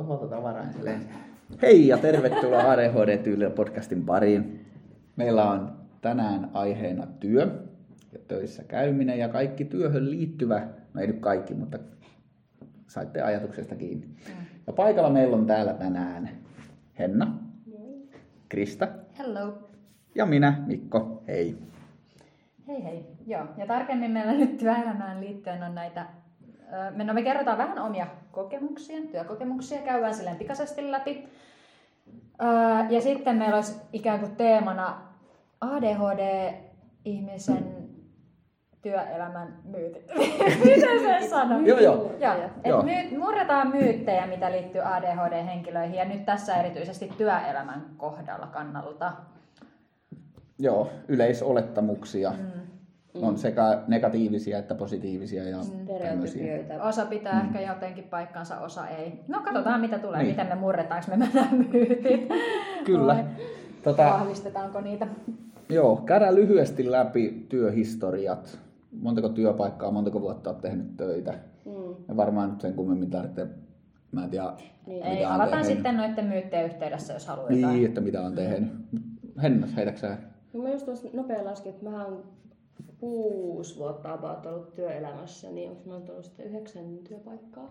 tuolta tavaraa ensin. Hei ja tervetuloa ADHD-tyylillä podcastin pariin. Meillä on tänään aiheena työ ja töissä käyminen ja kaikki työhön liittyvä, no ei nyt kaikki, mutta saitte ajatuksesta kiinni. Ja paikalla meillä on täällä tänään Henna, Krista Hello. ja minä, Mikko. Hei. Hei hei. Joo. Ja tarkemmin meillä nyt työelämään liittyen on näitä, me kerrotaan vähän omia kokemuksia, työkokemuksia, käydään silleen pikaisesti läpi. Ja sitten meillä olisi ikään kuin teemana ADHD-ihmisen työelämän myytit. Miten se sanoo? Joo. Murretaan myyttejä, mitä liittyy ADHD-henkilöihin ja nyt tässä erityisesti työelämän kohdalla kannalta. Joo, yleisolettamuksia. On sekä negatiivisia että positiivisia ja tämmöisiä. Osa pitää ehkä jotenkin paikkansa, osa ei. No katsotaan mitä tulee, niin. Miten me murretaanko me nämä myytit. Kyllä. Vahvistetaanko niitä? Joo, käydään lyhyesti läpi työhistoriat. Montako työpaikkaa, montako vuotta olet tehnyt töitä. Ja varmaan nyt sen kummemmin tarvitsee, mä en tiedä, ei, avataan sitten noiden myyttien yhteydessä, jos haluaa jotain. Niin, että mitä on tehnyt. Henna, heitätkö sä? No mä just tuossa nopea laskin, että mä oon 6 vuotta about ollut työelämässä, niin onko mä ollut sitten 9 työpaikkaa?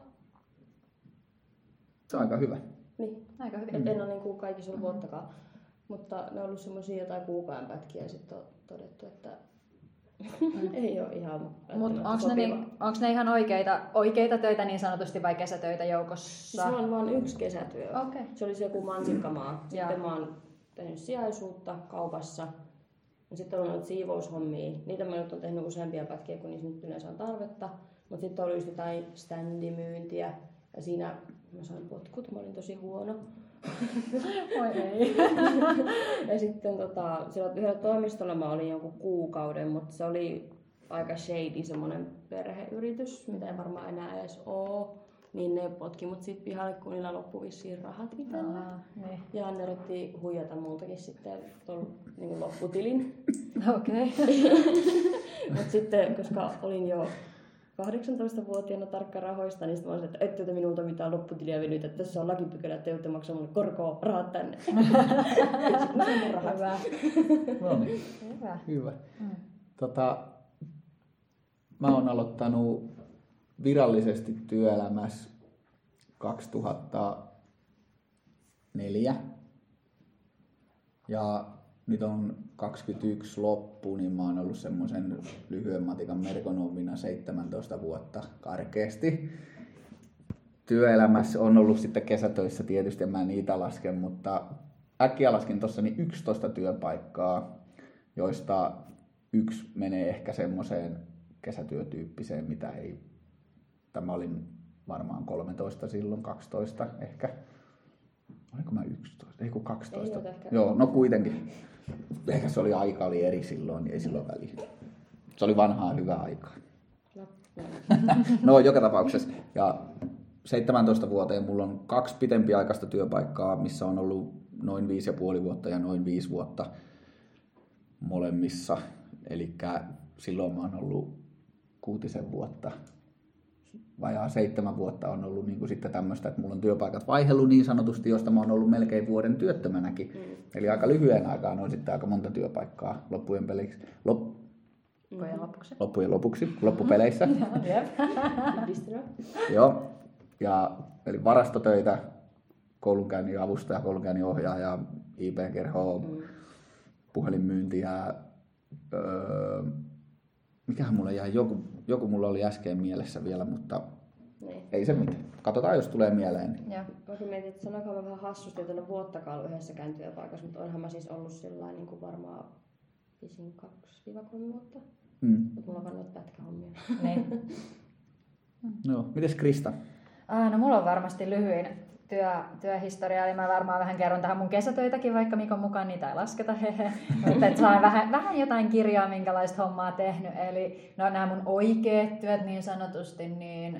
Se on aika hyvä. Niin, aika hyvin. Et en ole niin kaikissa ollut vuottakaan, mutta ne on ollut semmosia jotain kuukauden pätkiä ja sitten on todettu, että ei ole ihan. Mutta onko ne ihan oikeita töitä niin sanotusti vai kesätöitä joukossa? Se on vaan yksi kesätyö. Okay. Se oli se joku mansikkamaa. Sitten mä oon tehnyt sijaisuutta kaupassa. Ja sitten on ollut siivoushommia. Niitä mä nyt on tehnyt useampia pätkiä, kun niissä nyt yleensä on tarvetta. Mutta sitten oli just jotain standimyyntiä. Ja siinä mä sain potkut, mä olin tosi huono. Oi ei. Ja sitten siellä yhdellä toimistolla mä olin jonkun kuukauden, mutta se oli aika shady semmonen perheyritys, mitä ei varmaan enää edes oo. Niin ne potki mut sit pihalle, kun niillä loppui vissiin rahat itsellä. Niin. Ja ne yritti huijata multakin sitten tuon niin lopputilin. Okei. Mut sitten, koska olin jo 18-vuotiaana tarkka rahoista, niin sitten mä olisin, että ette te minulta mitään lopputiliä venytä. Tässä on lakipykälä, että te joutte maksaa mulle korkoa, rahat tänne. Sitten mä sain mun rahat. Hyvä. No niin. Hyvä. Mä oon aloittanut virallisesti työelämässä 2004 ja nyt on 21 loppu, niin mä oon ollut semmoisen lyhyen matikan merkonomina 17 vuotta karkeasti. Työelämässä on ollut sitten kesätöissä tietysti, en mä niitä lasken, mutta äkkiä laskin tuossa niin 11 työpaikkaa, joista yksi menee ehkä semmoiseen kesätyötyyppiseen, mitä ei. Mä olin varmaan 13 silloin, 12 ehkä. Oliko mä 11? Ei kun 12. Ei joo, no kuitenkin. Ehkä se aika oli eri silloin, niin ei silloin väliä. Se oli vanhaa hyvää aikaa. No joka tapauksessa. Ja 17 vuoteen mulla on 2 pitempiaikaista työpaikkaa, missä on ollut noin 5,5 vuotta ja noin 5 vuotta molemmissa. Elikkä silloin mä oon ollut 6 vuotta. Vajaa 7 vuotta on ollut niin kuin sitten tämmöistä, että mulla on työpaikat vaihdellut niin sanotusti, josta mä oon ollut melkein vuoden työttömänäkin. Eli aika lyhyen aikaan on sitten aika monta työpaikkaa loppujen lopuksi, loppupeleissä. Joo, ja eli varastotöitä, koulunkäynnin avustaja, koulunkäynnin ohjaaja, IP-kerho, puhelinmyyntiä, mikähän mulla jäi, joku mulla oli äsken mielessä vielä, mutta niin. Ei se mitään. Katsotaan, jos tulee mieleen. Joo. Mä mietin, että sanoinkohan mä vähän hassusti, että en ole vuottakaan ollut yhdessäkään työpaikassa, mutta onhan mä siis ollut sillain niin kuin varmaan 2-3 vuotta. Mutta mulla on vaan noita pätkähommia. Niin. No, mites Krista? No mulla on varmasti lyhyin työhistoria, eli mä varmaan vähän kerron tähän mun kesätöitäkin, vaikka Mikon mukaan niitä ei lasketa, mutta et saa vähän jotain kirjaa, minkälaista hommaa tehnyt, eli no nämä mun oikeat työt niin sanotusti, niin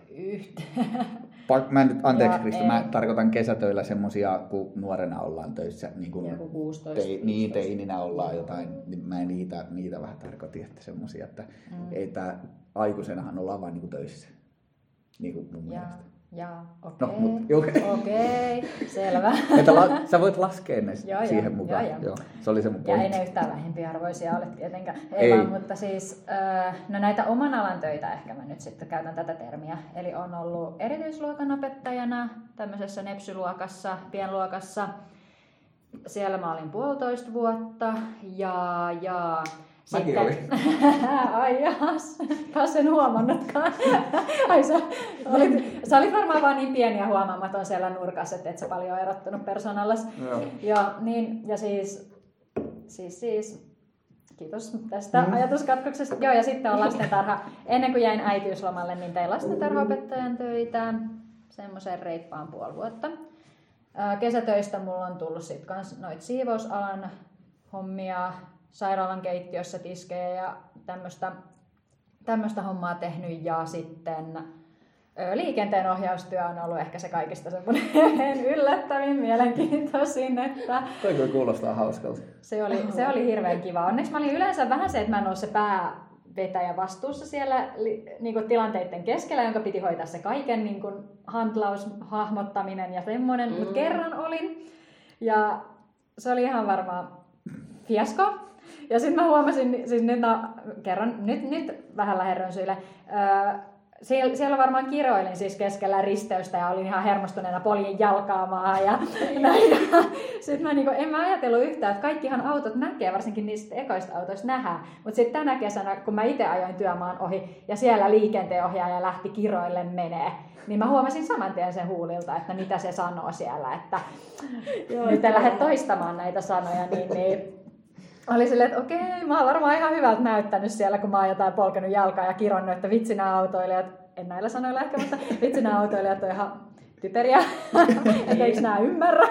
Anteeksi Krista, mä tarkoitan kesätöillä semmosia, kun nuorena ollaan töissä, niin kun joku 16. Teininä ollaan jotain, niin mä niitä vähän tarkoitin, että semmosia, että ei tää aikuisenahan ollaan vaan niin kuin töissä, niin kuin mun mielestä. Okei, selvä. Että sä voit laskea ne siihen mukaan. Joo. Se oli se mun pointti. Ja ei ne yhtään vähempiarvoisia ole tietenkään. Ei vaan, mutta siis no näitä oman alan töitä ehkä mä nyt sitten käytän tätä termiä. Eli on ollut erityisluokan opettajana tämmöisessä nepsyluokassa, pienluokassa. Siellä mä olin 1,5 vuotta ja Mäkin olin. Ai jahas, taas en huomannutkaan. Ai sä olit varmaan vaan niin pieni ja huomaamaton siellä nurkassa, että et sä paljon erottunut persoonallas. Ja siis kiitos tästä ajatuskatkoksesta. Joo, ja sitten on lastentarha. Ennen kuin jäin äitiyslomalle, niin tein lastentarhaopettajan töitä semmoisen reippaan 5,5 vuotta. Kesätöistä mulla on tullut sitten kans noit siivousalan hommia, sairaalan keittiössä tiskejä ja tämmöistä hommaa tehnyt. Ja sitten liikenteen ohjaustyö on ollut ehkä se kaikista semmoinen yllättävin, mielenkiintoisin. Että toi kuulostaa hauskalta. Se oli hirveän kiva. Onneksi mä olin yleensä vähän se, että mä en ole se päävetäjä vastuussa siellä niin tilanteiden keskellä, jonka piti hoitaa se kaiken niin handlaus, hahmottaminen ja semmoinen. Mutta kerran olin ja se oli ihan varmaan fiasko. Ja sitten mä huomasin, siis nyt vähän lähden rönsyille. Siellä varmaan kiroilin siis keskellä risteystä ja olin ihan hermostuneena poljin jalkaamaan ja näin. Sitten en mä ajatellut yhtään, että kaikkihan autot näkee, varsinkin niistä ekoista autoista nähdään. Mutta sitten tänä kesänä, kun mä itse ajoin työmaan ohi ja siellä liikenteenohjaaja lähti kiroille menee, niin mä huomasin saman tien sen huulilta, että mitä se sanoo siellä. Että nyt en lähde toistamaan näitä sanoja, niin oli silleen, että okei, mä oon varmaan ihan hyvältä näyttänyt siellä, kun mä oon jotain polkenut jalkaa ja kironnut, että vitsi nämä autoilijat, en näillä sanoilla ehkä, mutta vitsi nämä autoilijat on ihan typeriä, että eikö nämä ymmärrä.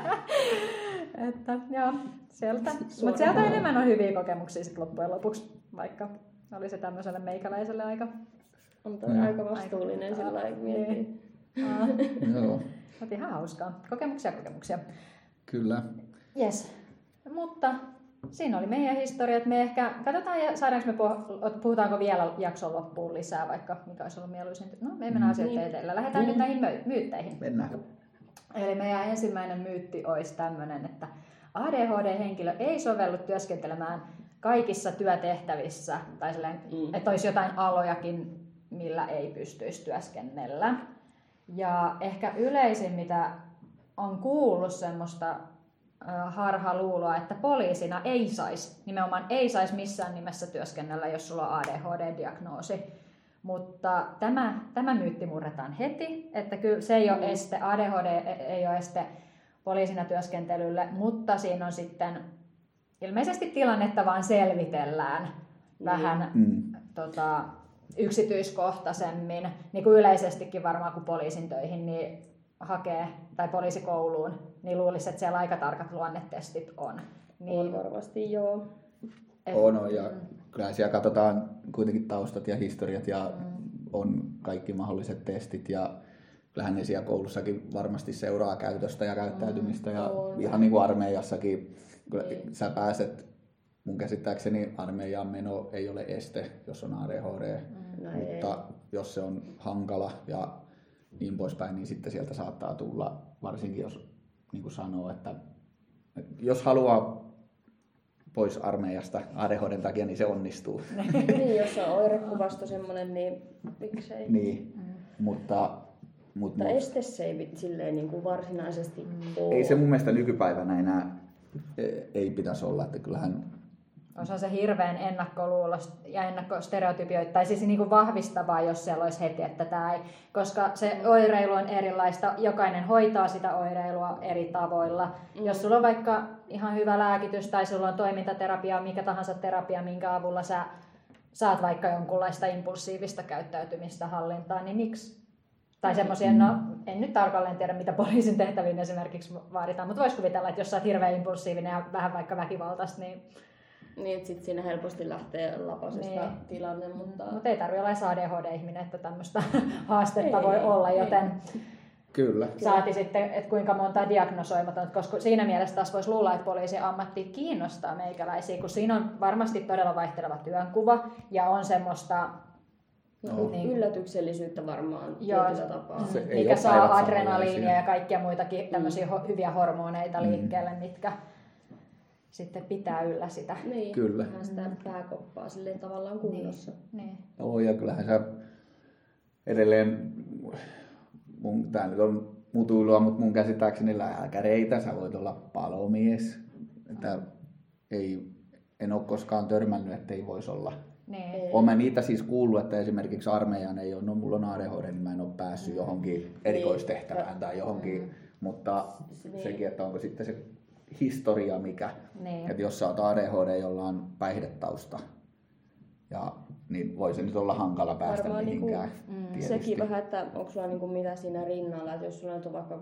Että joo, sieltä. Mutta sieltä enemmän on hyviä kokemuksia sit loppujen lopuksi, vaikka oli se tämmöiselle meikäläiselle aika. On toi aika vastuullinen sillä lailla, kun miettii. Joo. Mutta ihan hauskaa. Kokemuksia. Kyllä. Yes. Mutta siinä oli meidän historiat. Me ehkä katsotaan, saadaanko puhutaanko vielä jakson loppuun lisää, vaikka mikä olisi ollut mieluisinta. No, me mennään asioita eteellä. Lähdetään nyt näihin myytteihin. Mennään. Eli meidän ensimmäinen myytti olisi tämmöinen, että ADHD-henkilö ei sovellu työskentelemään kaikissa työtehtävissä, tai silleen, että olisi jotain alojakin, millä ei pystyisi työskennellä. Ja ehkä yleisin, mitä on kuullut semmoista harhaluuloa, että poliisina nimenomaan ei saisi missään nimessä työskennellä, jos sulla on ADHD-diagnoosi. Mutta tämä myytti murretaan heti, että kyllä se ei ole este, ADHD ei ole este poliisina työskentelylle, mutta siinä on sitten ilmeisesti tilannetta vaan selvitellään vähän yksityiskohtaisemmin, niin kuin yleisestikin varmaan kun poliisin töihin niin hakee tai poliisikouluun, niin luulisi, että siellä aika tarkat luonnetestit on. Niin, on varmasti, joo. On, ja kyllä siellä katsotaan kuitenkin taustat ja historiat ja on kaikki mahdolliset testit ja kyllähän ne siellä koulussakin varmasti seuraa käytöstä ja käyttäytymistä ja ihan niin kuin armeijassakin, kyllä sä pääset, mun käsittääkseni armeijaan meno ei ole este, jos on ADHD, mutta jos se on hankala ja niin poispäin, niin sitten sieltä saattaa tulla, varsinkin jos niin kuin sanoo, että jos haluaa pois armeijasta ADHDn takia, niin se onnistuu. Niin, jos on oirekuvasto semmoinen, niin miksei. Niin, mutta este se ei silleen niin kuin varsinaisesti ole. Ei se mun mielestä nykypäivänä enää ei pitäisi olla, että kyllähän on se hirveän ennakkoluulo ja ennakkostereotypioita, tai siis niin kuin vahvistavaa, jos siellä olisi heti, että tämä ei, koska se oireilu on erilaista, jokainen hoitaa sitä oireilua eri tavoilla. Jos sulla on vaikka ihan hyvä lääkitys tai sulla on toimintaterapia, mikä tahansa terapia, minkä avulla sä saat vaikka jonkunlaista impulsiivista käyttäytymistä hallintaan, niin miksi? Tai semmoisia, no en nyt tarkalleen tiedä, mitä poliisin tehtäviin esimerkiksi vaaditaan, mutta voisi kuvitella, että jos sä oot hirveän impulsiivinen ja vähän vaikka väkivaltaista, niin niin, että sitten siinä helposti lähtee lapasesta tilanne, mutta ei tarvitse olla edes ADHD-ihminen, että tämmöistä haastetta voi olla, joten kyllä. Saati sitten, että kuinka monta diagnosoimatonta, koska siinä mielessä taas voisi luulla, että poliisin ammatti kiinnostaa meikäläisiä, kun siinä on varmasti todella vaihteleva työnkuva ja on semmoista yllätyksellisyyttä varmaan tietyllä tapaa. Mikä saa adrenaliinia ja kaikkia muitakin tämmöisiä hyviä hormoneita liikkeelle, mitkä sitten pitää yllä sitä. Niin, kyllä. Vähän sitä pääkoppaa silleen tavallaan kunnossa. Niin. Joo, ja kyllähän sä edelleen, tää nyt on mutuilua, mutta mun käsittääkseni lääkäreitä, sä voit olla palomies. Että en ole koskaan törmännyt, että ei voisi olla. Niin. Olen mä niitä siis kuullut, että esimerkiksi armeijaan ei ole, no mulla on ADHD, niin mä en ole päässyt johonkin erikoistehtävään tai johonkin, mutta sekin, että onko sitten se historia mikä, että jos sä oot ADHD, jolla on päihdetausta, niin voi se nyt olla hankala päästä varmaan mihinkään. Sekin vähän, että onko sulla niinku mitä siinä rinnalla, että jos sulla on vaikka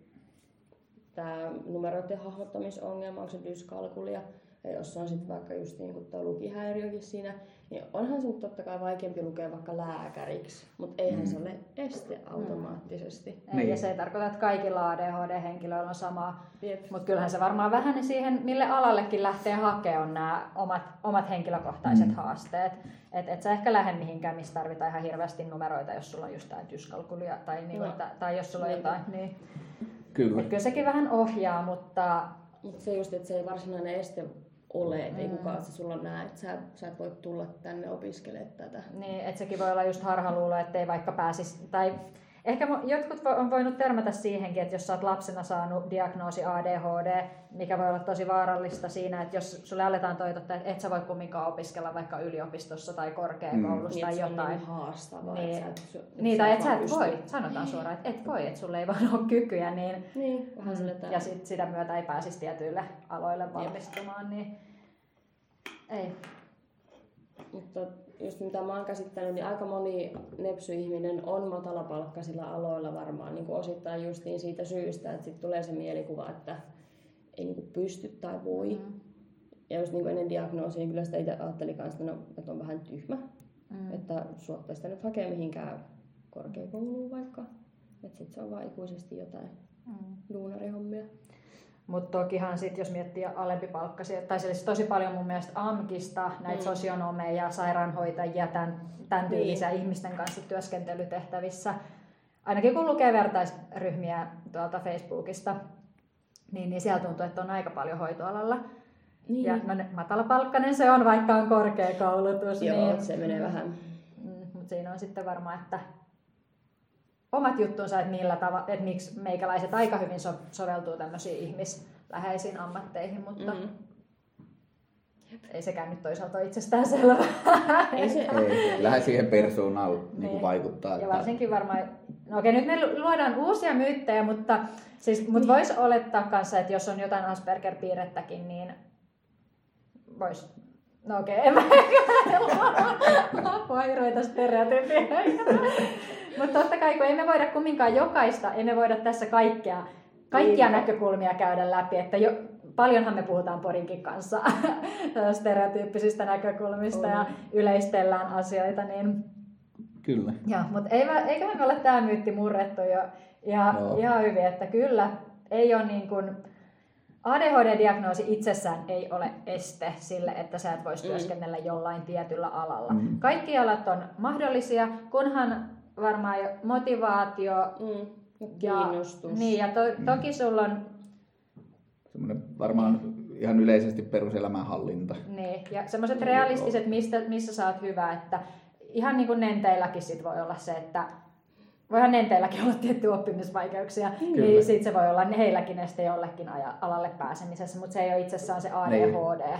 tämä numeroiden hahmottamisongelma, onko se dyskalkulia, ja jos on sitten vaikka just niin kuin tuo lukihäiriökin siinä, niin onhan se nyt totta kai vaikeampi lukea vaikka lääkäriksi, mutta eihän se ole este automaattisesti. Ei, ja se ei tarkoita, että kaikilla ADHD-henkilöillä on sama, mutta kyllähän se varmaan vähän siihen, mille alallekin lähtee hakemaan nämä omat henkilökohtaiset haasteet. Et sä ehkä lähde mihinkään, missä tarvitaan ihan hirveästi numeroita, jos sulla on just tämä dyskalkulia tai jos sulla on jotain. Niin. Kyllä sekin vähän ohjaa, mutta se just, että se ei varsinainen este ole, että ei kukaan se sulla näe, että sä et voi tulla tänne opiskelemaan tätä. Niin, että sekin voi olla just harhaluulo, ettei vaikka pääsisi, tai ehkä jotkut on voinut törmätä siihenkin, että jos sä oot lapsena saanut diagnoosi ADHD, mikä voi olla tosi vaarallista siinä, että jos sulle aletaan toitottaa, että et sä voi kumminkaan opiskella vaikka yliopistossa tai korkeakoulussa tai jotain. Se on niin haastavaa. Niin, tai että sä et voi, sanotaan suoraan, että et voi, että sulle ei vaan ole kykyjä, niin ja sitä myötä ei pääsisi tietyille aloille valmistumaan, niin ei. Mutta just mitä mä oon käsittänyt, niin aika moni nepsy-ihminen on matalapalkkaisilla aloilla varmaan niin kuin osittain justiin siitä syystä, että sitten tulee se mielikuva, että ei niin kuin pysty tai voi. Ja just niin kuin ennen diagnoosia, niin kyllä sitä itse ajattelin kanssa, että on vähän tyhmä. Että suottaisi sitä nyt hakea mihinkään korkeakouluun vaikka. Että sitten se on vaan ikuisesti jotain duunarihommia. Mutta tokihan sitten, jos miettii alempipalkkaisia, tai siis tosi paljon mun mielestä AMKista, näitä sosionomeja, sairaanhoitajia, tämän tyylisiä ihmisten kanssa työskentelytehtävissä. Ainakin kun lukee vertaisryhmiä tuolta Facebookista, niin siellä tuntuu, että on aika paljon hoitoalalla. Niin. Ja matalapalkkainen se on, vaikka on korkeakoulutus. Joo, niin, se menee vähän. Mutta siinä on sitten varmaan, että omat juttunsa, että miksi meikäläiset aika hyvin soveltuu tämmöisiin ihmisläheisiin ammatteihin, mutta ei sekään nyt toisaalta ole itsestään selvä. Ei, lähde siihen persoonaan niin vaikuttaa. Ja varsinkin varmaan, no okei, nyt me luodaan uusia myyttejä, mutta voisi olettaa kanssa, että jos on jotain Asperger-piirrettäkin, niin voisi. No okei, en mä vairoita stereotypioita. Mutta totta kai, kun emme voida kumminkaan jokaista, emme voida tässä kaikkia näkökulmia käydä läpi. Että paljonhan me puhutaan Porinkin kanssa stereotyyppisistä näkökulmista ja yleistellään asioita. Niin kyllä. Mutta eiköhän me ole tämä myytti murrettu jo ihan hyvin, että kyllä ei ole niin kuin ADHD-diagnoosi itsessään ei ole este sille, että sä et voisi työskennellä jollain tietyllä alalla. Kaikki alat on mahdollisia, kunhan varmaan jo motivaatio kiinnostus. Niin, ja toki sulla on semmoinen varmaan ihan yleisesti peruselämänhallinta. Niin, ja semmoiset realistiset, missä sä oot hyvä, että ihan niin kuin nenteilläkin sit voi olla se, että voihan nenteilläkin olla tiettyjä oppimisvaikeuksia, niin sit se voi olla heilläkin este jollekin alalle pääsemisessä, mutta se ei ole itsessään se ADHD.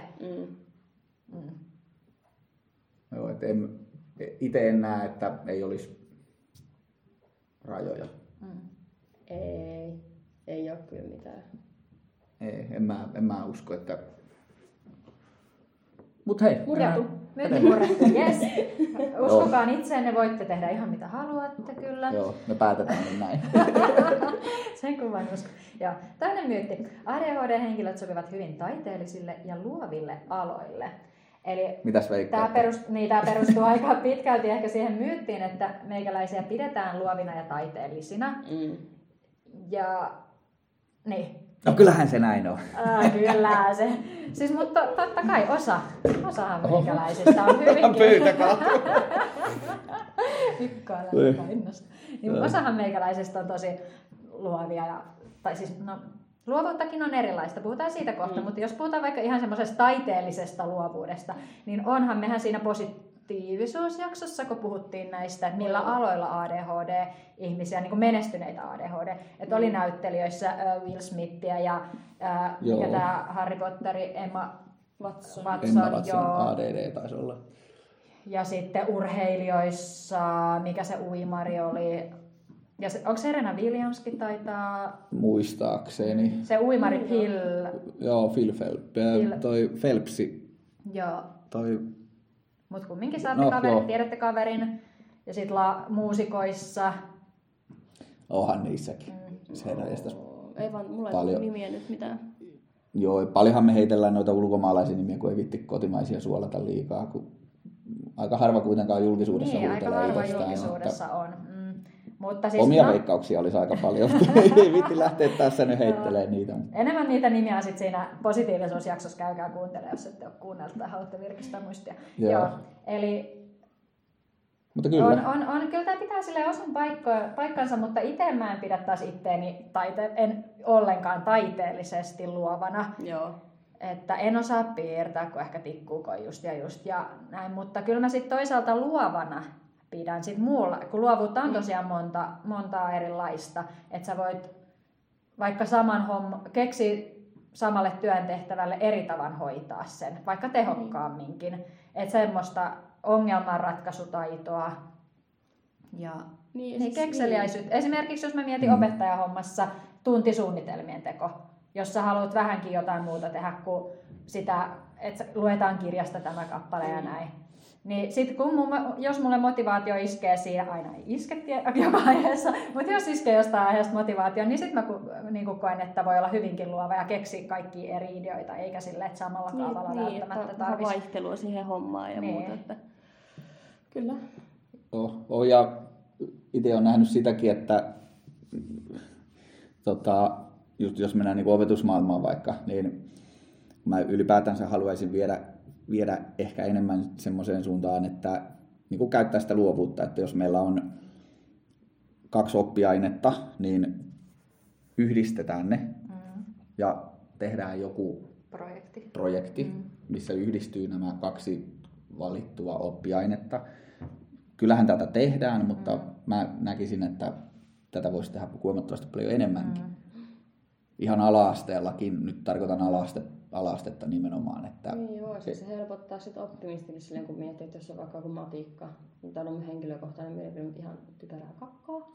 Joo, et itse en näe, että ei olisi rajoja. Ei ole kyllä mitään. Ei, en mä usko, että. Mut hei. Murrettu, yes. Uskokaan itseenne, voitte tehdä ihan mitä haluatte, kyllä. Joo, me päätetään niin näin. Sen kun vain usko. Joo, toinen myytti. ADHD-henkilöt sopivat hyvin taiteellisille ja luoville aloille. Eli mitäs veikkaa? Tämä perustuu aika pitkälti ehkä siihen myyttiin, että meikäläisiä pidetään luovina ja taiteellisina. Ja niin. No kyllähän se näin on. Kyllä se. Siis, mutta totta kai osahan meikäläisistä on hyvinkin. Pöytäkaatu. Mikko on lähtenyt innosta. Niin osahan meikäläisistä on tosi luovia. Luovuuttakin on erilaista, puhutaan siitä kohta, mutta jos puhutaan vaikka ihan semmoisesta taiteellisesta luovuudesta, niin onhan mehän siinä positiivisuusjaksossa, kun puhuttiin näistä, että millä aloilla ADHD-ihmisiä, niin kuin menestyneitä ADHD, että oli näyttelijöissä Will Smithia ja mikä tämä Harry Potteri, Emma Watson, ADD taisi olla. Ja sitten urheilijoissa, mikä se uimari oli. Ja onko Serena Williamskin taitaa... Muistaakseni. Se uimari Phil... Joo, Phil toi Phelpsi. Joo. Toi... Mut kumminkin saatte kaverin, tiedätte kaverin. Ja sit muusikoissa... Onhan niissäkin. Ei vaan, mulla ei nimiä nyt mitään. Joo, paljonhan me heitellään noita ulkomaalaisia nimiä, kun ei vitti kotimaisia suolata liikaa. Kun aika harva kuitenkaan julkisuudessa huutelee aika harva julkisuudessa on. Mutta siis, omia veikkauksia olisi aika paljon, ei vitti lähteä tässä nyt heittelemään niitä. Enemmän niitä nimiä sitten siinä positiivisuusjaksossa käykää kuuntelemaan, jos ette ole kuunnellut tai haluatte virkistää muistia. Joo. Eli mutta kyllä. Kyllä tämä pitää silleen osan paikkansa, mutta itse mä en pidä taas itteeni en ollenkaan taiteellisesti luovana. Joo. Että en osaa piirtää, kun ehkä tikkuuko just ja näin, mutta kyllä mä sitten toisaalta luovana pidän sit muulla, kun luovuutta on tosiaan montaa erilaista, että sä voit vaikka keksi samalle työntehtävälle eri tavan hoitaa sen, vaikka tehokkaamminkin, että semmoista ongelmanratkaisutaitoa ja niin kekseliäisyyttä. Esimerkiksi jos mä mietin opettajahommassa tuntisuunnitelmien teko, jos sä haluat vähänkin jotain muuta tehdä kuin sitä, että luetaan kirjasta tämä kappale ja näin. Niin sit jos mulle motivaatio iskee siinä, aina ei iske joka aiheessa, mutta jos iskee jostain aiheesta motivaatio, niin sit mä niin koen, että voi olla hyvinkin luova ja keksiä kaikkia eri ideoita, eikä silleen, että samalla kaavalla välttämättä tarvitsisi. Vaihtelua siihen hommaan ja muuta. Että... Kyllä. Ja itse olen nähnyt sitäkin, että just jos mennään niin opetusmaailmaan vaikka, niin mä ylipäätänsä haluaisin viedä ehkä enemmän semmoiseen suuntaan, että niin kuin käyttää sitä luovuutta, että jos meillä on 2 oppiainetta, niin yhdistetään ne ja tehdään joku projekti missä yhdistyy nämä 2 valittua oppiainetta. Kyllähän tätä tehdään, mutta mä näkisin, että tätä voisi tehdä huomattavasti paljon enemmänkin. Ihan ala-asteellakin, nyt tarkoitan ala-astetta nimenomaan. Että niin joo, se helpottaa sitten oppimistakin silleen, kun miettii, että jos on vaikka matikka, niin tämä on henkilökohtainen mielipide ihan typerää kakkaa.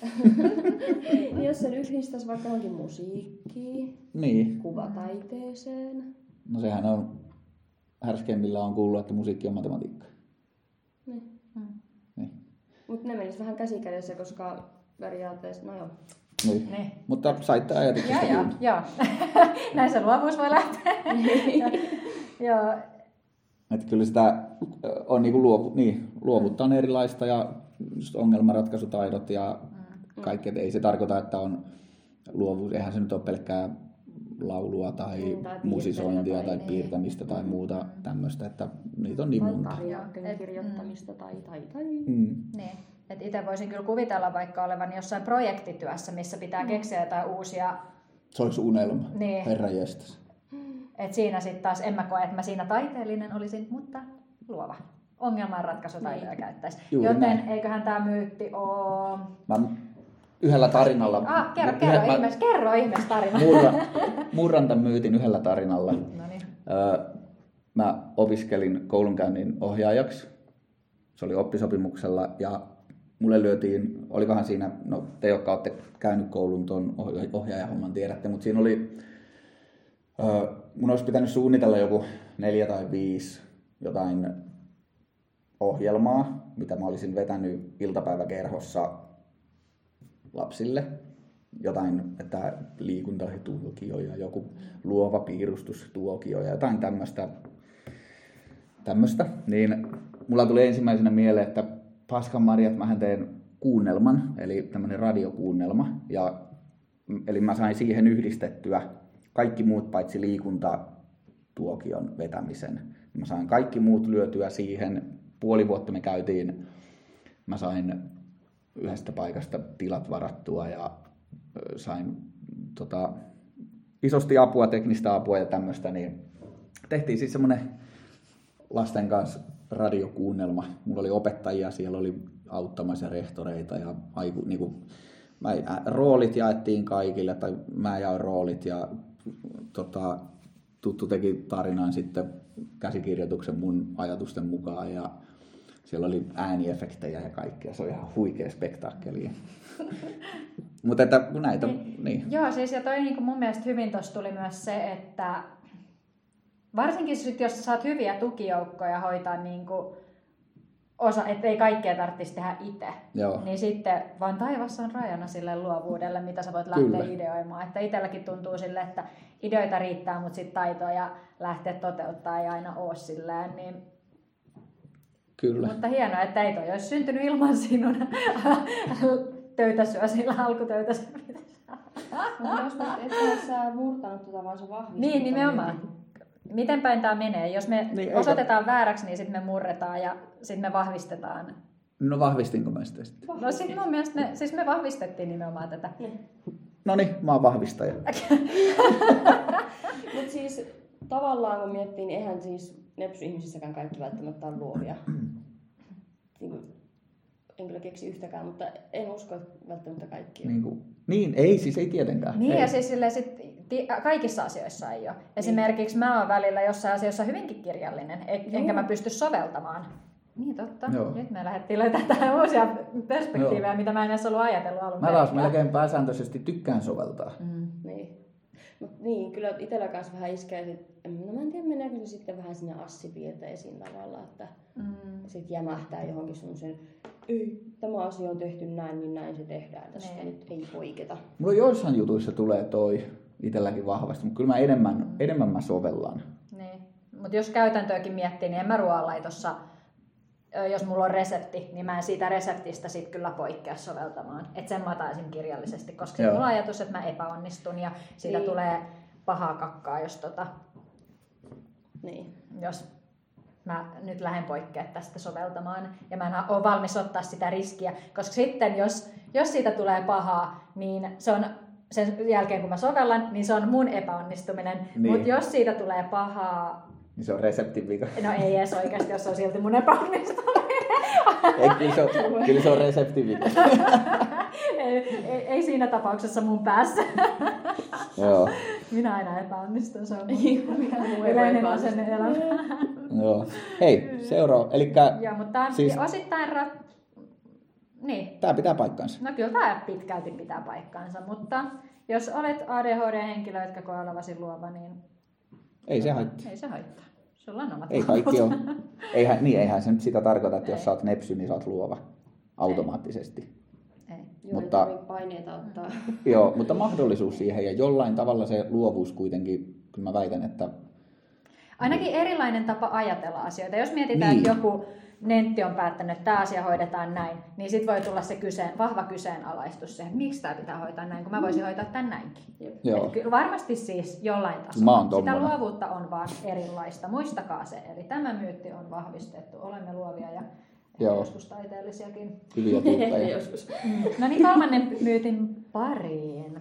Niin jos sen yhdistäisi vaikka johonkin musiikkiin, kuvataiteeseen. No sehän on, härskeimmillä on kuullut, että musiikki on matematiikka. Niin. Mutta ne menis vähän käsikädessä, koska periaatteessa, no joo. Niin. Mutta saitte ajatuksesta kiinni. Joo. Näin se luovuus voi lähteä. Joo. Että kyllä sitä on luovuutta on erilaista ja just ongelmanratkaisutaidot ja kaikki. Ei se tarkoita, että on luovuus. Eihän se nyt ole pelkkää laulua tai musisointia tai piirtämistä tai muuta tämmöistä. Että niitä on niin monta. Tai kirjoittamista tai. Niin. Et itse voisin kyllä kuvitella vaikka olevan jossain projektityössä, missä pitää keksiä jotain uusia... Se olisi unelma, herranjestas. Et siinä sitten taas en mä koe, että mä siinä taiteellinen olisin, mutta luova. Ongelmanratkaisutaitoja käyttäisi. Joten näin. Eiköhän tämä myytti ole... Mä yhdellä tarinalla... Kerro ihmeessä tarina. Murran tämän myytin yhdellä tarinalla. Noniin. Mä opiskelin koulunkäynnin ohjaajaksi. Se oli oppisopimuksella ja mulle lyötiin, olikohan siinä, no te jotka olette käynyt koulun tuon ohjaajahomman tiedätte, mutta siinä oli, mun olisi pitänyt suunnitella joku 4 tai 5 jotain ohjelmaa, mitä mä olisin vetänyt iltapäiväkerhossa lapsille. Jotain, että liikuntatuokio ja joku luova piirustustuokio ja jotain tämmöistä. Niin mulla tuli ensimmäisenä mieleen, että paskan marjat, mähän teen kuunnelman, eli tämmöinen radiokuunnelma. Eli mä sain siihen yhdistettyä kaikki muut paitsi liikuntatuokion vetämisen. Mä sain kaikki muut lyötyä siihen. Puoli vuotta mä sain yhdestä paikasta tilat varattua ja sain isosti apua, teknistä apua ja tämmöistä, niin tehtiin siis semmoinen lasten kanssa radiokuunnelma. Mulla oli opettajia, siellä oli auttamassa rehtoreita ja roolit jaettiin kaikille, tai mä jaoin roolit ja tuttu teki tarinan sitten käsikirjoituksen mun ajatusten mukaan ja siellä oli ääniefektejä ja kaikkea. Se oli ihan huikea spektaakkeli. Mutta että näitä, niin. Joo, siis ja toi niin mun mielestä hyvin tuossa tuli myös se, että varsinkin sit, jos sä saat hyviä tukijoukkoja hoitaa niin ettei kaikkea tarvitsisi tehdä itse, niin sitten vaan taivassa on rajana sille luovuudelle, mitä sä voit lähteä ideoimaan. Että itselläkin tuntuu sille, että ideoita riittää, mutta sitten taitoja lähteä toteuttaa ei aina ole silleen. Niin... Kyllä. Mutta hienoa, että ei toi olisi syntynyt ilman sinun töytäsyä sillä alkutöytäsyä. Mutta jos et sä murtanut vaan sä vahvistat. Niin, nimenomaan. Miten päin tämä menee? Jos me osoitetaan vääräksi, niin sitten me murretaan ja sitten me vahvistetaan. No vahvistinko mä sitä? No sitten mun mielestä me vahvistettiin nimenomaan tätä. No niin, mä oon vahvistaja. Mutta siis tavallaan kun miettii, niin eihän siis nepsy-ihmisissäkään kaikki välttämättä ole luovia. En kyllä keksi yhtäkään, mutta en usko, että välttämättä kaikki. Niin, ei siis ei tietenkään. Niin ei. Ja siis kaikissa asioissa ei ole. Esimerkiksi mä oon välillä jossain asioissa hyvinkin kirjallinen, enkä mä pysty soveltamaan. Niin totta. Joo. Nyt me lähdettiin löytämään tähän uusia perspektiivejä, mitä mä en edes ollut ajatellut alun perin. Mä taas melkein pääsääntöisesti tykkään soveltaa. Niin. Niin, kyllä itsellä kanssa vähän iskee, mä en tiedä meneekö se sitten vähän sinne assipiirteisiin tavalla, että sitten jämähtää johonkin semmoiseen, ei, tämä asia on tehty näin, niin näin se tehdään, tästä nyt ei poiketa. Mulla joissain jutuissa tulee toi itselläkin vahvasti, mutta kyllä mä enemmän mä sovellan. Niin, mutta jos käytäntöäkin miettii, niin en mä ruoanlaitossa, jos mulla on resepti, niin mä en siitä reseptistä sit kyllä poikkea soveltamaan. Että sen mä taisin kirjallisesti, koska mulla on ajatus, että mä epäonnistun ja siitä tulee pahaa kakkaa, jos mä nyt lähden poikkea tästä soveltamaan. Ja mä en ole valmis ottaa sitä riskiä, koska sitten jos siitä tulee pahaa, niin se on sen jälkeen kun mä sovellan, niin se on mun epäonnistuminen. Niin. Mutta jos siitä tulee pahaa... Niin se on reseptin vika. No ei edes oikeasti, jos se on silti mun epäonnistuminen. Kyllä se on reseptin vika. ei siinä tapauksessa mun päässä. Joo. Minä aina epäonnistun, se on mun yleinen asenne elämä. Joo. Hei, seuraava. Joo, mutta siis... osittain... Niin. Tämä pitää paikkansa. No kyllä tämä pitkälti pitää paikkansa, mutta jos olet ADHD-henkilö, etkä koe olevasi luova, niin... Ei se haittaa. Ei se haittaa. Sulla on omat ei kaikki ole. Eihän se nyt sitä tarkoita, että jos sä oot nepsy, niin sä oot luova automaattisesti. Ei. Mutta paineita ottaa. Joo, mutta mahdollisuus siihen ja jollain tavalla se luovuus kuitenkin, kyllä mä väitän, että... Ainakin erilainen tapa ajatella asioita. Jos mietitään, että joku nentti on päättänyt, että tämä asia hoidetaan näin, niin sitten voi tulla se vahva kyseenalaistus siihen, miksi tämä pitää hoitaa näin, kun mä voisin hoitaa tämän näinkin. Kyllä varmasti siis jollain tasolla. Sitä luovuutta on vaan erilaista. Muistakaa se. Eli tämä myytti on vahvistettu. Olemme luovia ja joskus taiteellisiakin. Hyviä tyyppejä. Joskus. No niin, kolmannen myytin pariin.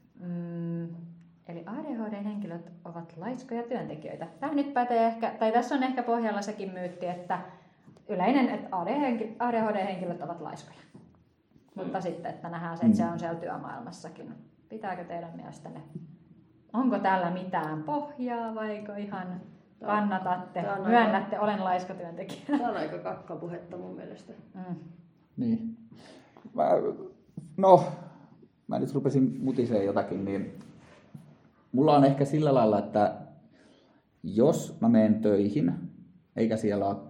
Eli ADHD-henkilöt ovat laiskoja työntekijöitä. Tämä nyt pätee ehkä, tai tässä on ehkä pohjalla sekin myytti, että yleinen, että ADHD-henkilöt ovat laiskoja. Mutta sitten, että nähdään se, että se on siellä työmaailmassakin. Pitääkö teidän mielestänne? Onko täällä mitään pohjaa vaiko ihan kannatatte, myönnätte, olen laiska työntekijä? Tämä on aika kakkapuhetta mun mielestä. Niin. Mä nyt rupesin mutiseen jotakin, niin mulla on ehkä sillä lailla, että jos mä menen töihin, eikä siellä ole,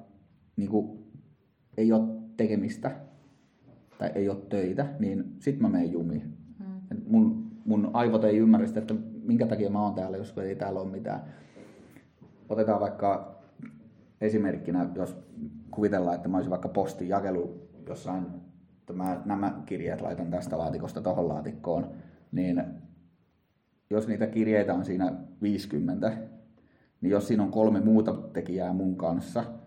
ei ole tekemistä tai ei ole töitä, niin sit mä menen jumiin. Mun aivot ei ymmärrä sitä, että minkä takia mä oon täällä, jos ei täällä ole mitään. Otetaan vaikka esimerkkinä, jos kuvitellaan, että mä olisin vaikka postin jakelu jossain, että nämä kirjeet laitan tästä laatikosta tohon laatikkoon, niin jos niitä kirjeitä on siinä 50, niin jos siinä on 3 muuta tekijää mun kanssa,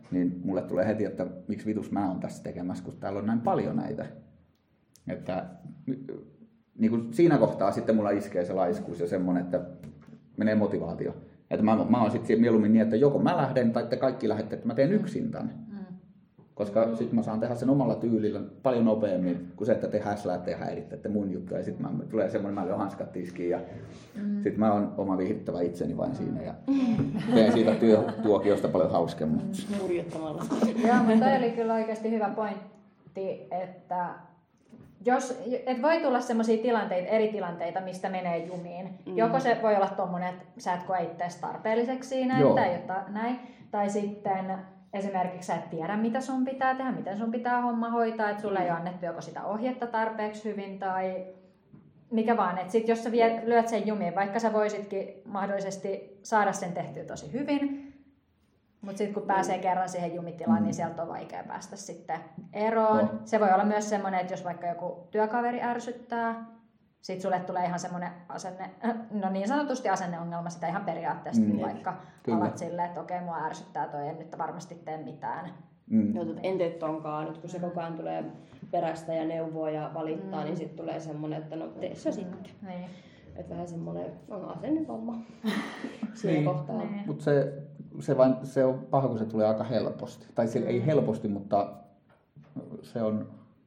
niin mulle tulee heti, että miksi vitus mä oon tässä tekemässä, kun täällä on näin paljon näitä. Että niin kuin siinä kohtaa sitten mulla iskee se laiskuus ja semmoinen, että menee motivaatio. Että mä oon sitten mieluummin niin, että joko mä lähden tai te kaikki lähdette, että mä teen yksin tän. Koska sitten mä saan tehdä sen omalla tyylillä paljon nopeammin kuin se, että te häsläätte ja häiritte mun juttuja. Ja sitten tulee semmoinen, mä lyön hanskat tiskiin ja sitten mä oon oma viihdyttävä itseni vain siinä ja teen siitä työtuokiosta paljon hauskemmin. Hurjuttamalla. Joo, mutta toi oli kyllä oikeasti hyvä pointti, että et voi tulla sellaisia tilanteita, eri tilanteita, mistä menee jumiin. Joko se voi olla tommonen, että sä et koe itseäsi tarpeelliseksi siinä, että ei ole näin. Tai sitten esimerkiksi sä et tiedä, mitä sun pitää tehdä, miten sun pitää homma hoitaa, että sulle ei ole annettu joko sitä ohjetta tarpeeksi hyvin tai mikä vaan. Että sit jos sä lyöt sen jumiin, vaikka sä voisitkin mahdollisesti saada sen tehtyä tosi hyvin, mutta sitten kun pääsee kerran siihen jumitilaan, niin sieltä on vaikea päästä sitten eroon. Se voi olla myös semmoinen, että jos vaikka joku työkaveri ärsyttää, sitten sulle tulee ihan semmoinen no niin sanotusti asenneongelma sitä ihan periaatteessa, vaikka alat silleen, että okei, mua ärsyttää toi, en nyt varmasti tee mitään. En tee tonkaan, nyt kun se koko ajan tulee perästä ja neuvoo ja valittaa, niin sitten tulee semmoinen, että no tee se sitten. Niin. Että vähän semmoinen asennevamma siinä kohtaa. Niin. Mutta se on paha, kun se tulee aika helposti. Tai se ei helposti, mutta se on...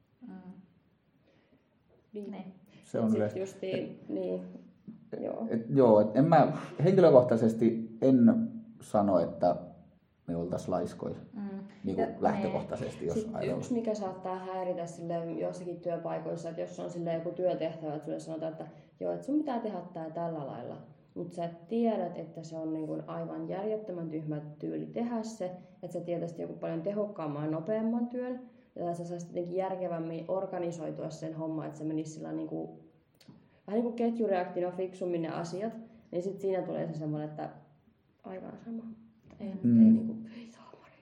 Niin. Se on yleensä. Niin, en mä henkilökohtaisesti en sano, että me oltaisiin laiskoja niin kuin lähtökohtaisesti. Jos yksi, mikä saattaa häiritä jossakin työpaikoissa, että jos on joku työtehtävä, että sulle sanotaan, että joo, että sun pitää tehdä tää tällä lailla. Mutta sä tiedät, että se on niin kuin aivan järjettömän tyhmä tyyli tehdä se, että sä tietäisit joku paljon tehokkaamman ja nopeamman työn. Ja sä saisit jotenkin järkevämmin organisoitua sen homman, että se menisi sillä niin kuin, vähän niin kuin ketjureaktiona fiksummin ne asiat. Niin sit siinä tulee se semmoinen, että aivan sama. Ei saamari.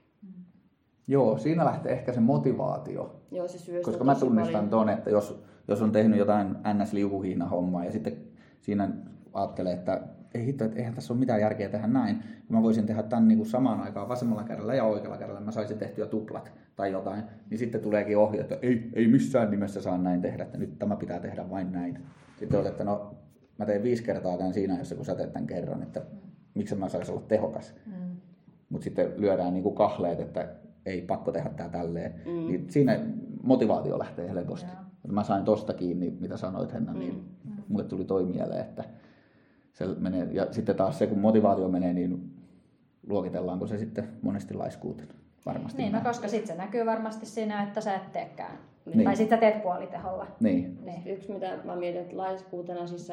Joo, siinä lähtee ehkä se motivaatio. Joo, se syö. Koska mä tunnistan ton, että jos on tehnyt jotain NS-liukuhihna-hommaa ja sitten siinä ajattelee, että ei hitto, että eihän tässä ole mitään järkeä tehdä näin. Mä voisin tehdä tämän niin kuin samaan aikaan vasemmalla kädellä ja oikealla kädellä. Mä saisin tehtyä tuplat tai jotain. Niin sitten tuleekin ohje, että ei missään nimessä saa näin tehdä, että nyt tämä pitää tehdä vain näin. Sitten olet, että no mä teen 5 kertaa tämän siinä, jos kun sä teet tämän kerran, että miksi mä saisin olla tehokas. Mutta sitten lyödään niin kuin kahleet, että ei pakko tehdä tää tälleen. Niin siinä motivaatio lähtee helposti. Mä sain tosta kiinni, mitä sanoit Henna, niin mulle tuli toi mieleen, että se menee. Ja sitten taas se, kun motivaatio menee, niin luokitellaanko se sitten monesti laiskuutena? Varmasti. Niin, no koska sitten se näkyy varmasti siinä, että sä et teekään. Niin. Tai sitten sä teet puoliteholla. Niin. Yksi, mitä mä mietin, että laiskuutena siis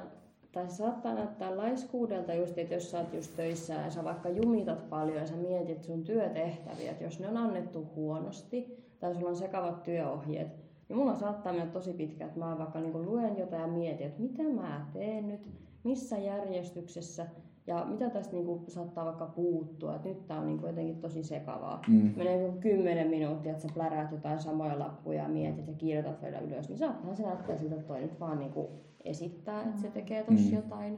saattaa näyttää laiskuudelta just, että jos sä oot just töissä ja sä vaikka jumitat paljon ja sä mietit sun työtehtäviä, että jos ne on annettu huonosti tai sulla on sekavat työohjeet, niin mulla saattaa mennä tosi pitkä, että mä vaikka niin luen jotain ja mietin, että mitä mä teen nyt, missä järjestyksessä ja mitä tästä niin saattaa vaikka puuttua, että nyt tää on niin jotenkin tosi sekavaa. Menee 10 minuuttia, että sä pläräät jotain samoja lappuja ja mietit ja kirjoitat vielä ylös, niin saattahan se näyttää siltä, että toi nyt vaan niin esittää, että se tekee tossa jotain.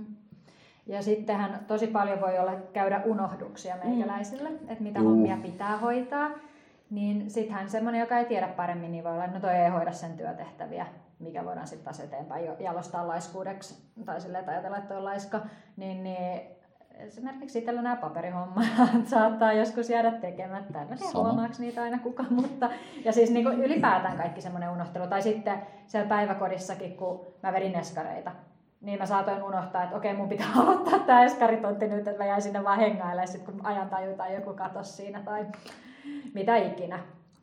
Ja sittenhän tosi paljon voi olla käydä unohduksia meikäläisille, että mitä hommia pitää hoitaa. Niin sittenhän semmoinen, joka ei tiedä paremmin, niin voi olla, että no toi ei hoida sen työtehtäviä, mikä voidaan sitten taas eteenpäin jalostaa laiskuudeksi tai silleen, ajatella, että on laiska. Niin esimerkiksi itsellä nämä paperihommat saattaa joskus jäädä tekemättä. En tiedä, huomaaks niitä aina kuka, mutta... Ja siis niin kuin ylipäätään kaikki semmoinen unohtelu. Tai sitten siellä päiväkodissakin, kun mä vedin eskareita, niin mä saatoin unohtaa, että okei, mun pitää aloittaa tää eskaritontti nyt, että mä jäin sinne vaan hengailemaan, sit kun ajan tajutaan joku katos siinä tai mitä ikinä.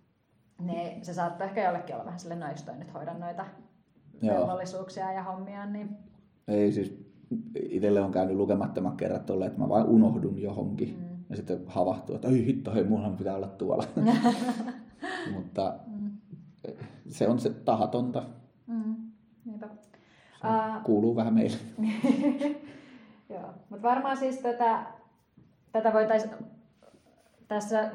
Niin se saattaa ehkä jollekin olla vähän silleen, no eikö toi nyt hoida noita velvollisuuksia ja hommia. Niin... Ei siis, itselle on käynyt lukemattomat kerrat tolle, että mä vain unohdun johonkin. Ja sitten havahtuu, että ei hitto, hei, munhan pitää olla tuolla. Mutta se on se tahatonta. Niinpä. Kuuluu vähän meille. Joo, mutta varmaan siis tätä voitaisiin tässä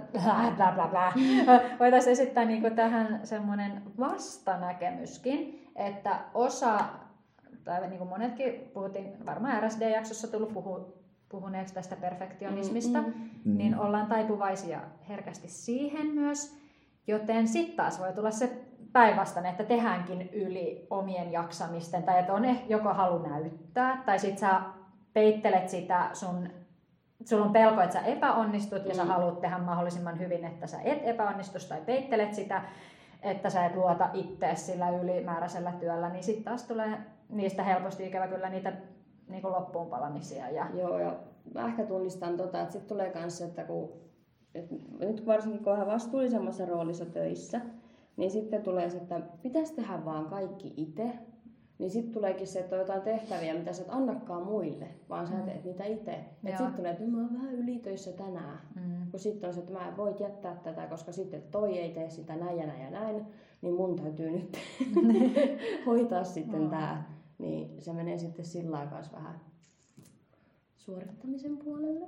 voitaisiin esittää niinku tähän semmoinen vastanäkemyskin, että osa, tai niin kuin monetkin puhuttiin, varmaan RSD-jaksossa tullut puhuneeksi tästä perfektionismista, niin ollaan taipuvaisia herkästi siihen myös. Joten sitten taas voi tulla se päinvastainen, että tehdäänkin yli omien jaksamisten, tai että on joko halu näyttää, tai sitten sä peittelet sitä sulla on pelko, että sä epäonnistut, ja sä haluat tehdä mahdollisimman hyvin, että sä et epäonnistus, tai peittelet sitä, että sä et luota ittees sillä ylimääräisellä työllä, niin sitten taas tulee niistä helposti ikävä kyllä niitä niin kuin loppuun palamisia. Joo, ja mä ehkä tunnistan että sitten tulee myös se, että nyt varsinkin kun on vastuullisemmassa roolissa töissä, niin sitten tulee se, että pitäisi tehdä vaan kaikki itse. Niin sitten tuleekin se, että on jotain tehtäviä, mitä sä et annakaan muille, vaan sä teet niitä itse. Sitten tulee, että mä oon vähän ylitöissä tänään. Kun sitten on se, että mä en voi jättää tätä, koska sitten toi ei tee sitä näin ja näin ja näin, niin mun täytyy nyt hoitaa sitten tää. Niin se menee sitten sillä aikaa vähän suorittamisen puolelle.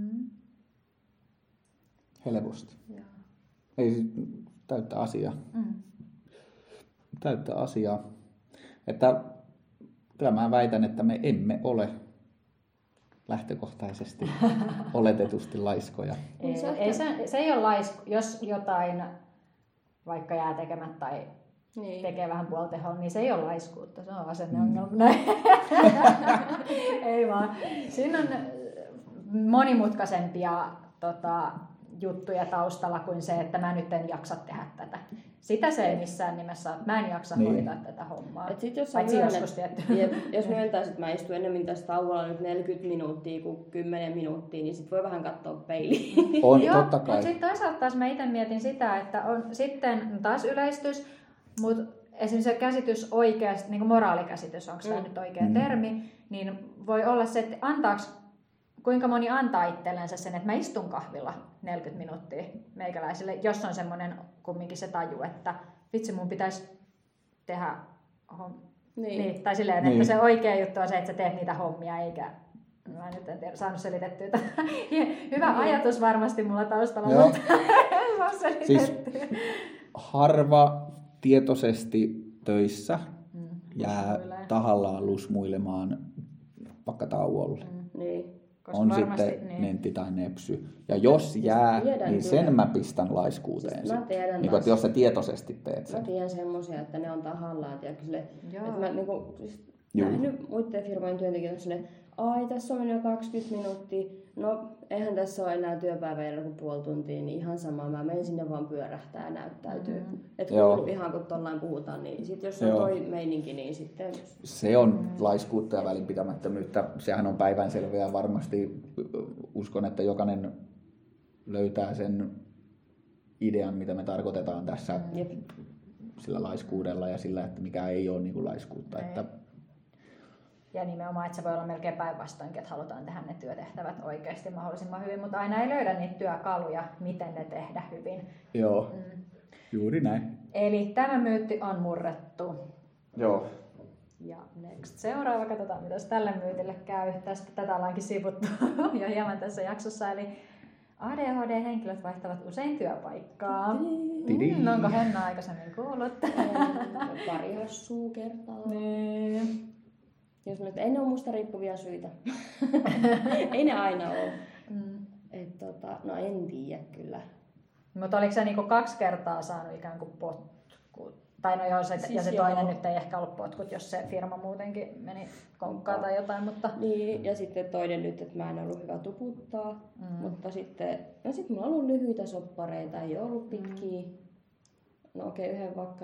Helposti. Ei täyttä asiaa. Täyttä asiaa. Että kyllä mä väitän, että me emme ole lähtökohtaisesti oletetusti laiskoja. Se ei ole laisku, jos jotain vaikka jää tekemättä tai tekee vähän puoltehoa, niin se ei ole laiskuutta, se on asenneongelma. Ei vaan. Siinä on monimutkaisempia juttuja taustalla kuin se, että mä nyt en jaksa tehdä tätä. Sitä se ei missään nimessä ole. Mä en jaksa hoitaa tätä hommaa. Paitsi joskus tietty. Jos myöntäis, että mä istun enemmän tässä tauolla nyt 40 minuuttia kuin 10 minuuttia, niin sit voi vähän katsoa peiliin. On, totta kai. Mutta sitten toisaalta taas mä itse mietin sitä, että on sitten taas yleistys, mutta esimerkiksi se käsitys oikeasti, niin kuin moraalikäsitys, onko tämä nyt oikea termi, niin voi olla se, että kuinka moni antaa itsellensä sen, että mä istun kahvilla 40 minuuttia meikäläiselle, jos on semmoinen kumminkin se taju, että vitsi mun pitäisi tehdä niin, tai silleen, että se oikea juttu on se, että sä teet niitä hommia, eikä mä nyt en tiedä, saanut selitettyä. Hyvä ajatus varmasti mulla taustalla, mutta en saa selitettyä. Siis harva tietoisesti töissä jää tahallaan lusmuilemaan vaikka tauolla. Koska on sitten nentti tai nepsy. Ja jos jää, niin sen mä pistän laiskuuteen. Siis niin, että jos sä tietoisesti teet sen. Mä tiedän semmosia, että ne on tahallaan. Että mä nähnyt muiden firmojen työntekijöitä silleen, ai tässä on mennyt jo 20 minuuttia. No eihän tässä ole enää työpäivä kuin puoli tuntia, niin ihan sama. Mä menen sinne vaan pyörähtää ja näyttäytyy. Että kuuluu ihan kun tollain puhutaan, niin sit jos on toi meininki, niin sitten... Se on laiskuutta ja välinpitämättömyyttä. Sehän on päivänselviä ja varmasti uskon, että jokainen löytää sen idean, mitä me tarkoitetaan tässä sillä laiskuudella ja sillä, että mikä ei ole niin kuin laiskuutta. Että ja nimenomaan, että se voi olla melkein päinvastoinkin, että halutaan tehdä ne työtehtävät oikeasti mahdollisimman hyvin, mutta aina ei löydä niitä työkaluja, miten ne tehdä hyvin. Joo, juuri näin. Eli tämä myytti on murrettu. Joo. Ja next. Seuraava, katsotaan mitä tälle myytille käy. Tätä ollaankin sivuttu jo hieman tässä jaksossa. Eli ADHD-henkilöt vaihtavat usein työpaikkaa. Onko Henna aikaisemmin kuullut? Pari hassua kertaa. Niin. Jos nyt ei ne ole musta riippuvia syitä. Ei ne aina ole. No en tiedä kyllä. Mutta oliko se niinku 2 kertaa saanut ikään kuin potkut? Tai no joo, siis ja se toinen nyt ei ehkä ollut potkut, jos se firma muutenkin meni konkkaan tai jotain. Mutta... Niin, ja sitten toinen nyt, että mä en ollut hyvä tuputtaa. Mutta sitten mulla on ollut lyhyitä soppareita, ei ollut pitkiä. No okei,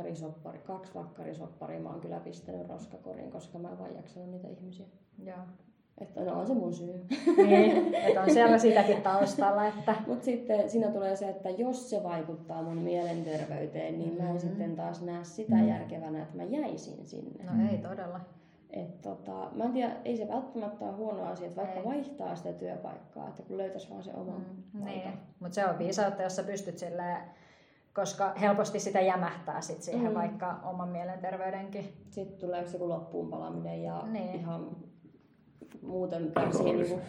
2 vakkarisopparia mä oon kyllä pistänyt roskakoriin, koska mä en vaan jaksanut niitä ihmisiä. Joo. Että no on se mun syy. Niin, että on siellä sitäkin taustalla. Että... Mutta sitten siinä tulee se, että jos se vaikuttaa mun mielenterveyteen, niin mä en sitten taas näe sitä järkevänä, että mä jäisin sinne. No ei todella. Mä en tiedä, ei se välttämättä ole huono asia, että vaikka vaihtaa sitä työpaikkaa, että kun löytäisi vaan se oma Niin, mutta se on viisautta, jos sä pystyt silleen, koska helposti sitä jämähtää sit siihen vaikka oman mielenterveydenkin. Sitten tulee joku loppuun palaminen ja ihan muuten kärsii,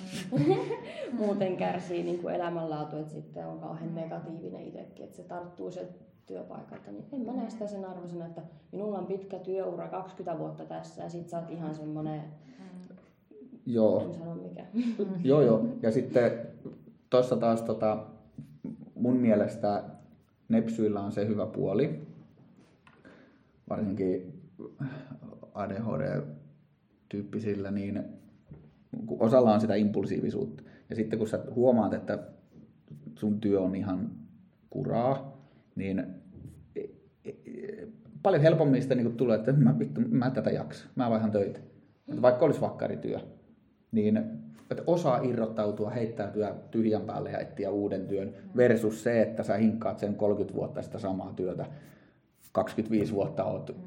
muuten kärsii niin elämänlaatu, että sitten on kauhean negatiivinen itsekin, että se tarttuu se työpaikalta. Niin en mä näe sitä sen arvoisena, että minulla on pitkä työura 20 vuotta tässä ja sit sä oot ihan semmonen, Joo. en sano mikä. Joo. Ja sitten tuossa taas mun mielestä nepsyillä on se hyvä puoli, varsinkin ADHD-tyyppisillä, niin kun osalla on sitä impulsiivisuutta. Ja sitten kun sä huomaat, että sun työ on ihan kuraa, niin paljon helpommin sitä niin tulee, että mä tätä jaksa, mä vaihan töitä. Että vaikka olisi vakkarityö, niin että osaa irrottautua, heittäytyä tyhjän päälle ja etsiä uuden työn, versus se, että sä hinkkaat sen 30 vuotta sitä samaa työtä. 25 vuotta oot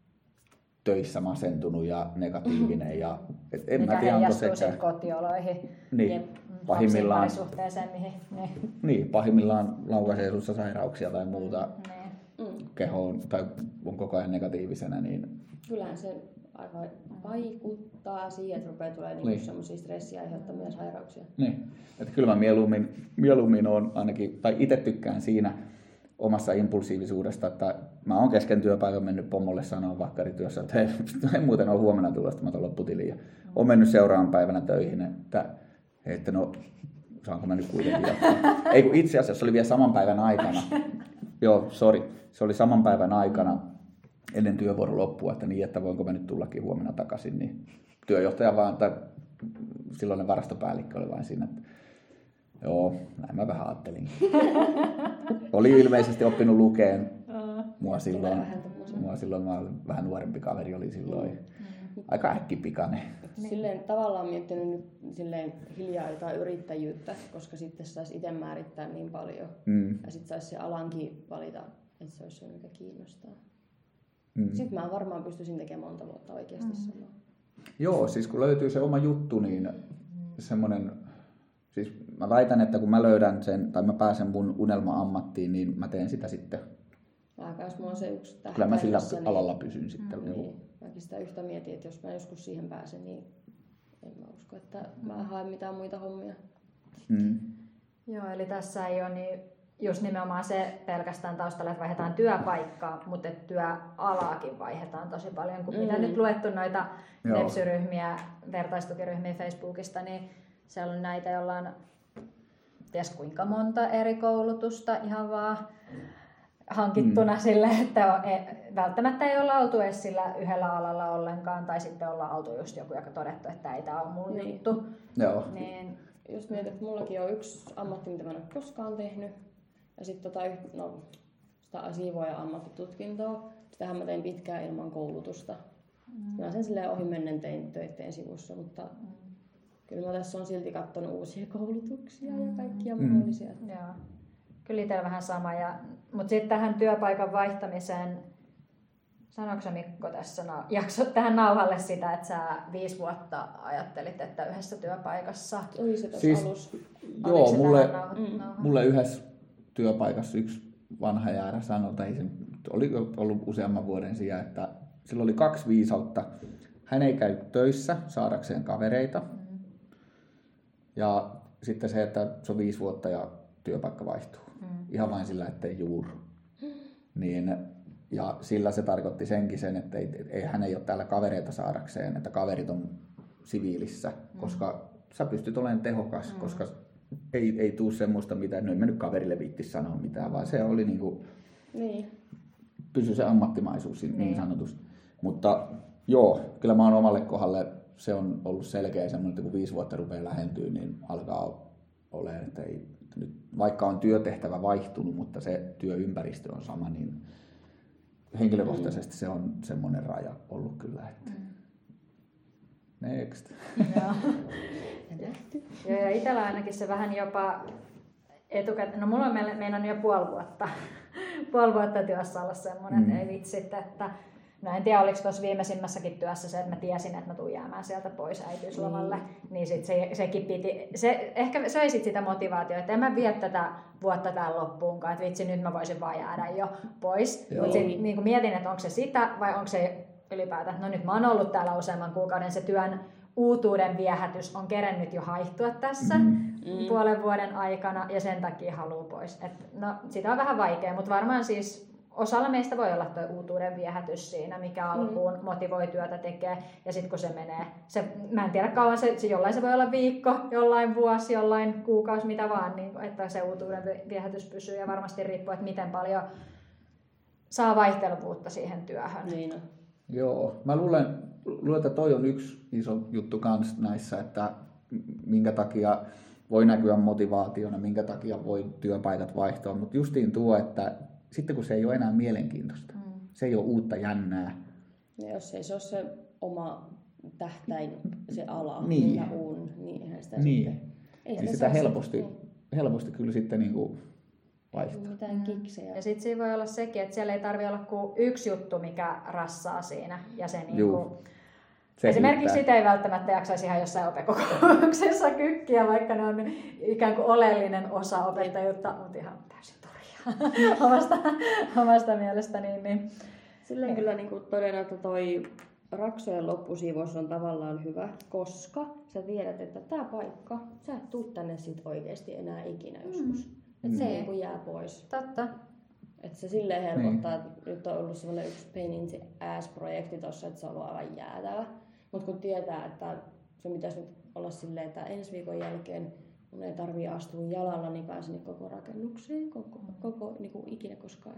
töissä masentunut ja negatiivinen. Ja, en mikä heijastuu sitten kotioloihin. Niin, pahimmillaan, niin, pahimmillaan laukaisee sussa sairauksia tai muuta kehoon tai on koko ajan negatiivisena. Niin kyllähän se aika vaikuttaa siihen, että rupeaa tulemaan semmoisia stressiä aiheuttamia sairauksia. Niin, että kyllä mä mieluummin on ainakin, tai itse tykkään siinä omassa impulsiivisuudesta, että mä oon kesken työpäivän mennyt pommolle sanoa vakkarityössä, että hei, en muuten ole huomenna tulosta, mä tuon lopputiliin. Ja oon mennyt seuraavan päivänä töihin, että no, saanko mä nyt kuitenkin jatkaa. Ei kun itse asiassa se oli vielä saman päivän aikana. Joo, se oli saman päivän aikana ennen työvuoron loppua, että niin, että voinko mä nyt tullakin huomenna takaisin. Niin työjohtaja vaan, tai silloinen varastopäällikkö oli vain siinä, että joo, näin mä vähän ajattelin. Oli ilmeisesti oppinut lukeen. Mua silloin mä olin vähän nuorempi kaveri, oli silloin aika äkkipikainen. Silleen tavallaan miettinyt nyt silleen hiljaa jotain yrittäjyyttä, koska sitten saisi itse määrittää niin paljon. Ja sitten saisi se alankin valita, että se olisi se, mikä kiinnostaa. Sitten mä varmaan pystyisin tekemään monta vuotta oikeasti samaa. Joo, siis kun löytyy se oma juttu, niin semmoinen, siis mä väitän, että kun mä löydän sen, tai mä pääsen mun unelma-ammattiin, niin mä teen sitä sitten. Jos mulla on se yksi tähtäimessä, kyllä mä sillä alalla pysyn sitten. Niin. Mäkin sitä yhtä mietin, että jos mä joskus siihen pääsen, niin en mä usko, että mä haen mitään muita hommia. Joo, eli tässä ei ole niin just nimenomaan se pelkästään taustalla, että vaihdetaan työpaikkaa, mutta työalaakin vaihdetaan tosi paljon. Kun mitä nyt luettu noita nepsyryhmiä, vertaistukiryhmiä Facebookista, niin siellä on näitä, joilla on ties kuinka monta eri koulutusta ihan vaan hankittuna sille, että välttämättä ei olla oltu edes sillä yhdellä alalla ollenkaan, tai sitten ollaan oltu just joku, joka todettu, että ei tämä ole mun juttu. Joo. Niin, just mietin, että mullakin on yksi ammatti, mitä mä en ole koskaan tehnyt. Ja sitten sitä siivooja ammattitutkintoa. Sitähän mä tein pitkään ilman koulutusta. Mä sen silleen ohimennen tein töitteen sivussa, mutta kyllä mä tässä on silti katsonut uusia koulutuksia ja kaikkia mahdollisia. Joo. Kyllä itsellä vähän sama. Mutta sitten tähän työpaikan vaihtamiseen, sanoitko Mikko tässä tähän nauhalle sitä, että sä 5 vuotta ajattelit, että yhdessä työpaikassa? Oli se tuossa alussa. Joo, mulle yhdessä työpaikassa yksi vanha jäärä sanoi, tai se oli ollut useamman vuoden sijaan, että sillä oli 2 viisautta. Hän ei käy töissä saadakseen kavereita. Ja sitten se, että se on 5 vuotta ja työpaikka vaihtuu. Ihan vain sillä, ettei juuru. Niin, ja sillä se tarkoitti sen, että hän ei ole täällä kavereita saadakseen, että kaverit on siviilissä, koska sä pystyt olemaan tehokas, koska ei tule semmoista, mitä en mennyt kaverille viittisi sanoa mitään, vaan se oli pysy se ammattimaisuus niin sanotusti. Mutta joo, kyllä mä oon omalle kohdalle, se on ollut selkeä semmoinen, että kun 5 vuotta rupeaa lähentyä, niin alkaa olemaan, että ei, nyt, vaikka on työtehtävä vaihtunut, mutta se työympäristö on sama, niin henkilökohtaisesti se on semmoinen raja ollut kyllä, että next. Joo, ja itsellä ainakin se vähän jopa etukäteen, no mulla on meinannut jo puoli vuotta työssä olla semmoinen, että ei vitsit, että no en tiedä oliko tuossa viimeisimmässäkin työssä se, että mä tiesin, että mä tuun jäämään sieltä pois äitiyslomalle, niin sit sekin piti, se ehkä söi sit sitä motivaatiota, että en mä vie tätä vuotta täällä loppuunkaan, että vitsi nyt mä voisin vaan jäädä jo pois, mutta sitten niin mietin, että onko se sitä vai onko se ylipäätään, no nyt mä oon ollut täällä useamman kuukauden, se työn uutuuden viehätys on kerennyt jo haihtua tässä puolen vuoden aikana ja sen takia haluu pois. No, sitä on vähän vaikea, mutta varmaan siis osalla meistä voi olla tuo uutuuden viehätys siinä, mikä alkuun motivoi työtä tekee. Ja sitten kun se menee, mä en tiedä kauan, jollain se voi olla viikko, jollain vuosi, jollain kuukausi, mitä vaan, niin, että se uutuuden viehätys pysyy. Ja varmasti riippuu, että miten paljon saa vaihtelevuutta siihen työhön. Niin. Joo, mä luulen, että toi on yksi iso juttu kans näissä, että minkä takia voi näkyä motivaationa, minkä takia voi työpaikat vaihtua, mutta justiin tuo, että sitten kun se ei ole enää mielenkiintoista, se ei ole uutta jännää. Ja jos ei se ole se oma tähtäin, se ala, niin. mitä on, niin eihän sitä niin. sitten... Ei siis sitä helposti kyllä sitten niinku vaihtaa. Mitään kiksejä. Ja sitten siinä voi olla sekin, että siellä ei tarvitse olla kuin yksi juttu, mikä rassaa siinä. Ja se niinku... Esimerkiksi sitä ei välttämättä jaksaisi ihan jossain opekokouksessa kykkiä, vaikka ne on ikään kuin oleellinen osa opettajuutta, mutta ihan täysin turhia omasta mielestäni. Niin. Silleen kyllä niin todennut, että toi raksojen loppusiivous on tavallaan hyvä, koska sä tiedät, että tää paikka, sä et tuu tänne sit oikeesti enää ikinä joskus. Että se niin jää pois. Totta. Että se silleen helpottaa, että nyt on ollut semmoinen yksi pain in the ass-projekti tossa, että se on ollut aivan jäätävä. Mutta kun tietää, että se pitäisi nyt olla silleen, että ensi viikon jälkeen mun ei tarvii astua jalalla, niin pääsen koko rakennukseen, koko niin kuin ikinä koskaan.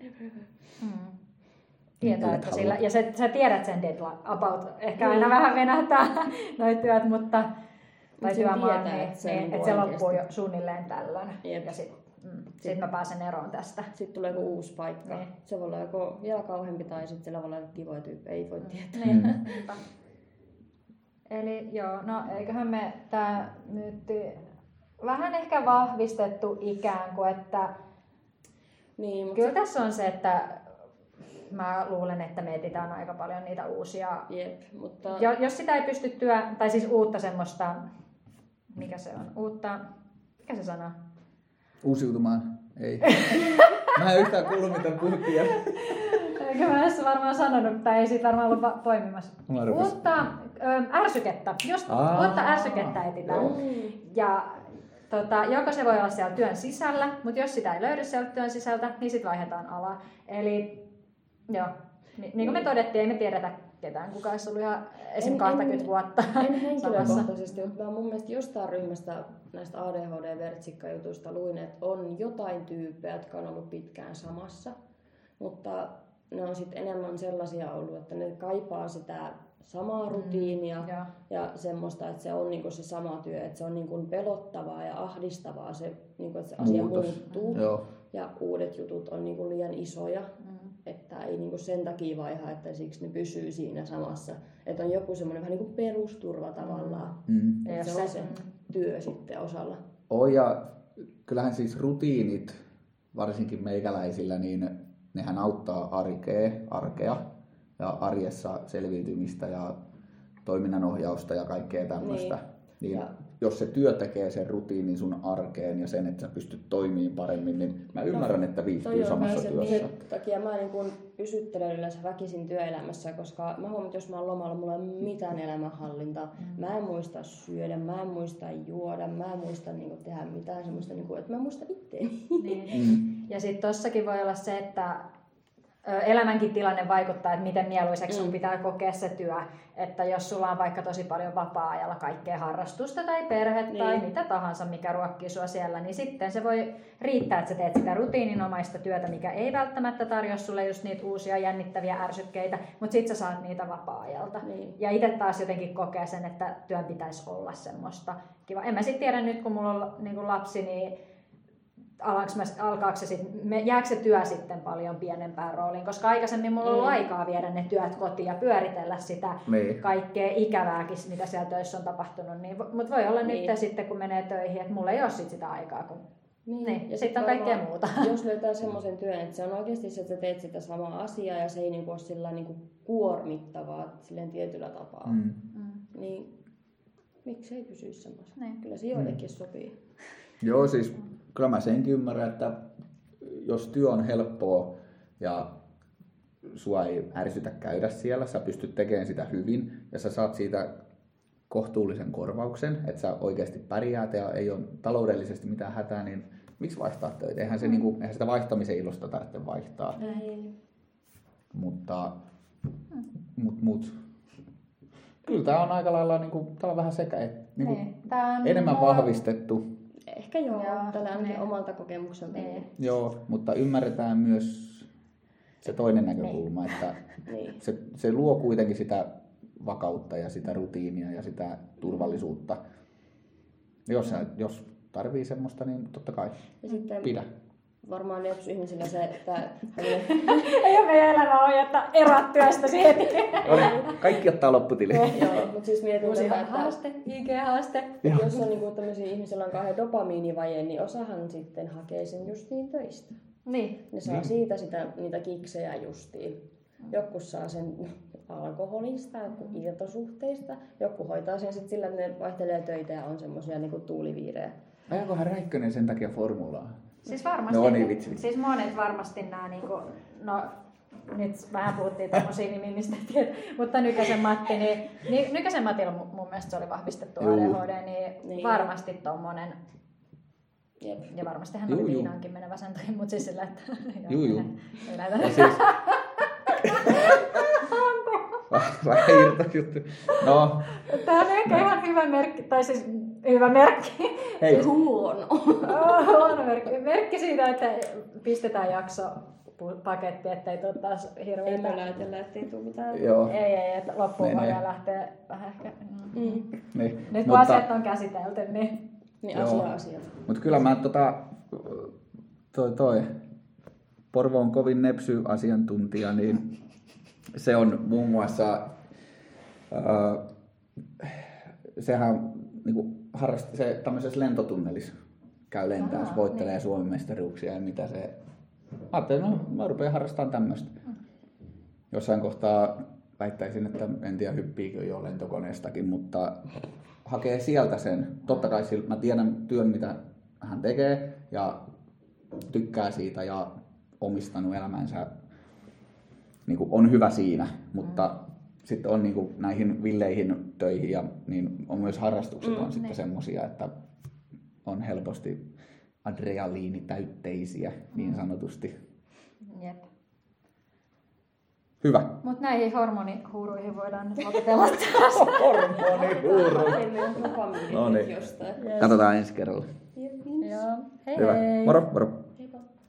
Tietää, että sillä, ja sä tiedät sen deadline about. Ehkä aina vähän venähtää noi työt, mutta tai työmaan, niin, että se loppuu jo suunnilleen tällöin. Jep. Ja sit mä pääsen eroon tästä. Sitten tulee joku uusi paikka. Niin. Se voi olla joko vielä kauheampi tai sitten siellä voi olla kivoja tyyppejä, ei voi tietää. Niin. Eli joo, no eiköhän me tää myytti vähän ehkä vahvistettu ikään kuin, että niin, kyllä tässä on se, että mä luulen, että me etsitään aika paljon niitä uusia. Jep, mutta... Jos sitä ei pysty tai siis uutta semmoista, mikä se on, mikä se sana? Uusiutumaan, ei. Mä en yhtään kuullut, mitä puhuttiin. Eikö mä edes varmaan sanonut, tai ei siitä varmaan ollut poimimassa. Uutta ärsykettä, just uutta ärsykettä etsitään. Ja joko se voi olla siellä työn sisällä, mutta jos sitä ei löydy sieltä työn sisältä, niin sitten vaihdetaan alaa. Eli joo, niin kuin me todettiin, ei me tiedetä ketään, kuka olisi ollut ihan esim. 20 vuotta. En henkilökohtaisesti, mutta mä mun mielestä jostain ryhmästä näistä ADHD-vertsikkajutuista luin, että on jotain tyyppejä, jotka on ollut pitkään samassa, mutta ne on sitten enemmän sellaisia ollut, että ne kaipaa sitä samaa rutiinia ja semmoista, että se on niinku se sama työ, että se on niinku pelottavaa ja ahdistavaa se, niinku, että se asia muuttuu ja uudet jutut on niinku liian isoja, että ei niinku sen takia vaihaa, että siksi ne pysyy siinä samassa, että on joku semmoinen vähän niinku perusturva tavallaan, että se on se työ sitten osalla. Ja kyllähän siis rutiinit, varsinkin meikäläisillä, niin nehän auttaa arkea ja arjessa selviytymistä ja toiminnanohjausta ja kaikkea tämmöistä. Niin jos se työ tekee sen rutiinin sun arkeen ja sen, että sä pystyt toimimaan paremmin, niin mä ymmärrän, että viihtyy samassa työssä. Sen takia mä niin pysyttelen yleensä väkisin työelämässä, koska mä huomaan, että jos mä oon lomalla, mulla ei ole mitään elämänhallintaa. Mä en muista syödä, mä en muista juoda, mä en muista tehdä mitään semmoista, että mä en muista itteeni. Niin. Ja sitten tossakin voi olla se, että elämänkin tilanne vaikuttaa, että miten mieluiseksi sun pitää kokea se työ. Että jos sulla on vaikka tosi paljon vapaa-ajalla kaikkea harrastusta tai perhettä tai mitä tahansa, mikä ruokkii sua siellä, niin sitten se voi riittää, että sä teet sitä rutiininomaista työtä, mikä ei välttämättä tarjoa sulle just niitä uusia jännittäviä ärsykkeitä, mutta sit sä saat niitä vapaa-ajalta. Niin. Ja itse taas jotenkin kokee sen, että työn pitäisi olla semmoista kiva. En mä sit tiedä nyt, kun mulla on niin lapsi, niin jääkö se työ sitten paljon pienempään rooliin, koska aikaisemmin mulla on ollut aikaa viedä ne työt kotiin ja pyöritellä sitä kaikkea ikävääkin, mitä siellä töissä on tapahtunut. Mutta voi olla nyt sitten, kun menee töihin, että mulla ei ole sitä aikaa. Ja sitten on kaikkea muuta. Jos löytää semmoisen työn, että se on oikeasti se, että sä teet sitä samaa asiaa ja se ei ole sillä kuormittavaa silleen tietyllä tapaa, niin miksei pysyisi semmoisen? Kyllä se joillekin sopii. Joo, siis kyllä mä senkin ymmärrän, että jos työ on helppoa ja sua ei ärsytä käydä siellä, sä pystyt tekemään sitä hyvin ja sä saat siitä kohtuullisen korvauksen, että sä oikeasti pärjäät ja ei ole taloudellisesti mitään hätää, niin miksi vaihtaa töitä? Eihän, se, niinku, eihän sitä vaihtamisen ilosta tarvitse vaihtaa. Mutta kyllä tämä on aika lailla niinku, tää on vähän sekä niinku, enemmän vahvistettu. Ehkä joo, tällä ainakin omalta kokemukselta. Joo, mutta ymmärretään myös se toinen näkökulma, että se luo kuitenkin sitä vakautta ja sitä rutiinia ja sitä turvallisuutta. Jos tarvii semmoista, niin totta kai pidä. Varmaan nepsy-ihmisillä se, että... Ei ole meidän elämä on, että eroat työstä heti. Kaikki ottaa lopputili. Joo, mutta siis mietin tätä, että... haaste, IG-haaste. Jos on niinku tämmöisiä ihmisillä on kauhean dopamiinivaje, niin osahan sitten hakee sen justiin töistä. Niin. Ne saa siitä niitä kiksejä justiin. Joku saa sen alkoholista, joku irtosuhteista. Joku hoitaa sen sitten sillä, että ne vaihtelee töitä ja on semmoisia niinku tuuliviirejä. Ajakohan Räikkönen sen takia formulaa? Siis varmasti. No niin, vitsi. Siis monet varmasti nämä niinku, no nyt vähän puhuttiin tommosia nimiä, mistä tiedät, mutta Nykäsen Matti, niin Nykäsen Matilla mun mielestä se oli vahvistettu ADHD, niin varmasti tommonen. Jep. Ja varmasti hän oli viinaankin menevä sen takia, mutta siis sillä, että... Juu. Siis... Vähän irtojuttu. No. Tämä on ehkä ihan hyvä merkki, tai siis hyvä merkki. Hei. Huono. Huono merkki. Merkki siitä, että pistetään jakso paketti, ettei tule taas hirveätä. Emme näytellä, ettei tule mitään. Joo. Ei, että loppuun voidaan lähteä vähän ehkä... Niin. Nyt kun asiat on käsitelty, niin... Niin asiat. Mutta kyllä mä toi Porvoon kovin nepsy-asiantuntija, niin se on muun muassa, sehän niinku se tämmöisessä lentotunnelissa käy lentää, voittelee Suomen mestaruuksia ja mitä se... Ajattelin, no mä rupean harrastamaan tämmöistä. Jossain kohtaa väittäisin, että en tiedä hyppiikö jo lentokoneestakin, mutta hakee sieltä sen. Totta kai mä tiedän työn, mitä hän tekee ja tykkää siitä ja omistanut elämänsä, niin kuin on hyvä siinä, mutta sitten on niin kuin näihin villeihin töihin ja niin on myös harrastukset on sitten semmosia, että on helposti adrenaliinitäytteisiä niin sanotusti. Jep. Hyvä. Mutta näihin hormonihuuruihin voidaan nyt lopetella taas. Hormonihuuruihin. No niin. Katsotaan ensi kerralla. Joo. Hei Hyvä. hei. Moro.